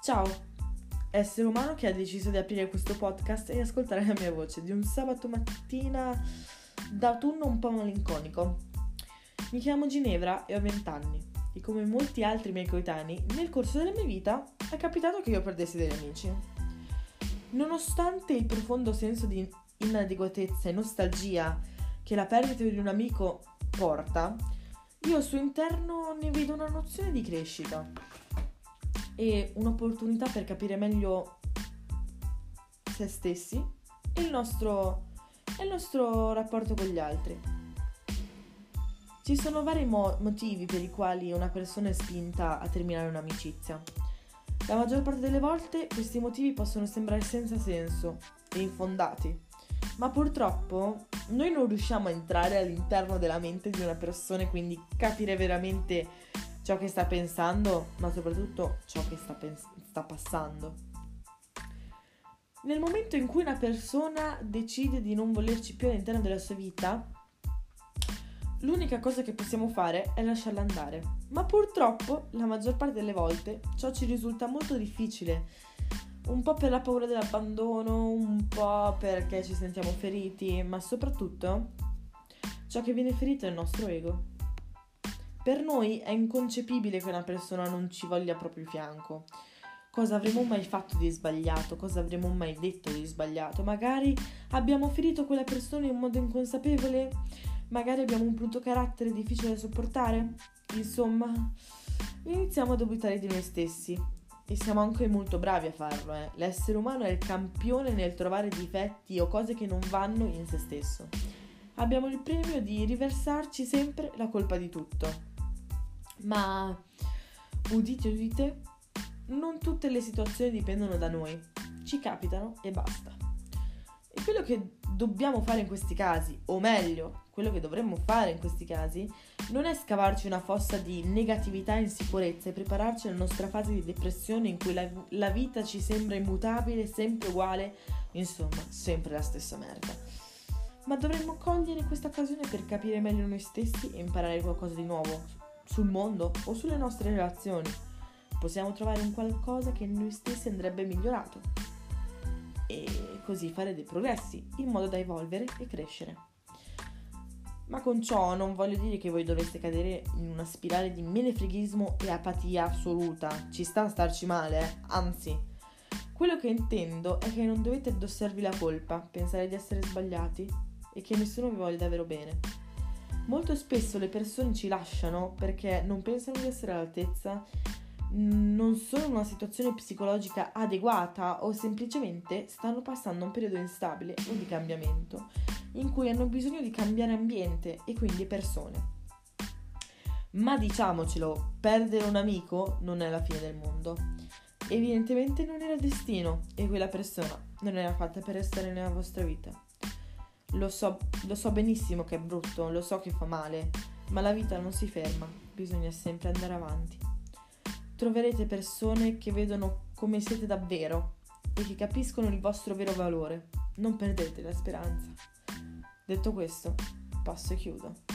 Ciao, essere umano che ha deciso di aprire questo podcast e ascoltare la mia voce di un sabato mattina d'autunno un po' malinconico. Mi chiamo Ginevra e ho 20 anni e come molti altri miei coetanei, nel corso della mia vita è capitato che io perdessi degli amici. Nonostante il profondo senso di inadeguatezza e nostalgia che la perdita di un amico porta, io al suo interno ne vedo una nozione di crescita e un'opportunità per capire meglio se stessi e il nostro rapporto con gli altri. Ci sono vari motivi per i quali una persona è spinta a terminare un'amicizia. La maggior parte delle volte questi motivi possono sembrare senza senso e infondati, ma purtroppo noi non riusciamo a entrare all'interno della mente di una persona e quindi capire veramente ciò che sta pensando, ma soprattutto ciò che sta passando. Nel momento in cui una persona decide di non volerci più all'interno della sua vita, l'unica cosa che possiamo fare è lasciarla andare. Ma purtroppo, la maggior parte delle volte, ciò ci risulta molto difficile. Un po' per la paura dell'abbandono, un po' perché ci sentiamo feriti, ma soprattutto ciò che viene ferito è il nostro ego. Per noi è inconcepibile che una persona non ci voglia al proprio fianco. Cosa avremmo mai fatto di sbagliato? Cosa avremmo mai detto di sbagliato? Magari abbiamo ferito quella persona in modo inconsapevole? Magari abbiamo un brutto carattere difficile da sopportare? Insomma, iniziamo a dubitare di noi stessi. E siamo anche molto bravi a farlo, L'essere umano è il campione nel trovare difetti o cose che non vanno in se stesso. Abbiamo il premio di riversarci sempre la colpa di tutto. Ma, udite, non tutte le situazioni dipendono da noi. Ci capitano e basta. E quello che dobbiamo fare in questi casi, o meglio, quello che dovremmo fare in questi casi, non è scavarci una fossa di negatività e insicurezza e prepararci alla nostra fase di depressione in cui la vita ci sembra immutabile, sempre uguale, insomma, sempre la stessa merda. Ma dovremmo cogliere questa occasione per capire meglio noi stessi e imparare qualcosa di nuovo sul mondo o sulle nostre relazioni. Possiamo trovare un qualcosa che in noi stessi andrebbe migliorato e così fare dei progressi in modo da evolvere e crescere. Ma con ciò non voglio dire che voi dovreste cadere in una spirale di menefreghismo e apatia assoluta. Ci sta a starci male, anzi. Quello che intendo è che non dovete addossarvi la colpa, pensare di essere sbagliati e che nessuno vi voglia davvero bene. Molto spesso le persone ci lasciano perché non pensano di essere all'altezza, non sono in una situazione psicologica adeguata o semplicemente stanno passando un periodo instabile o di cambiamento in cui hanno bisogno di cambiare ambiente e quindi persone. Ma diciamocelo, perdere un amico non è la fine del mondo. Evidentemente non era destino e quella persona non era fatta per restare nella vostra vita. Lo so benissimo che è brutto, lo so che fa male, ma la vita non si ferma, bisogna sempre andare avanti. Troverete persone che vedono come siete davvero e che capiscono il vostro vero valore. Non perdete la speranza. Detto questo, passo e chiudo.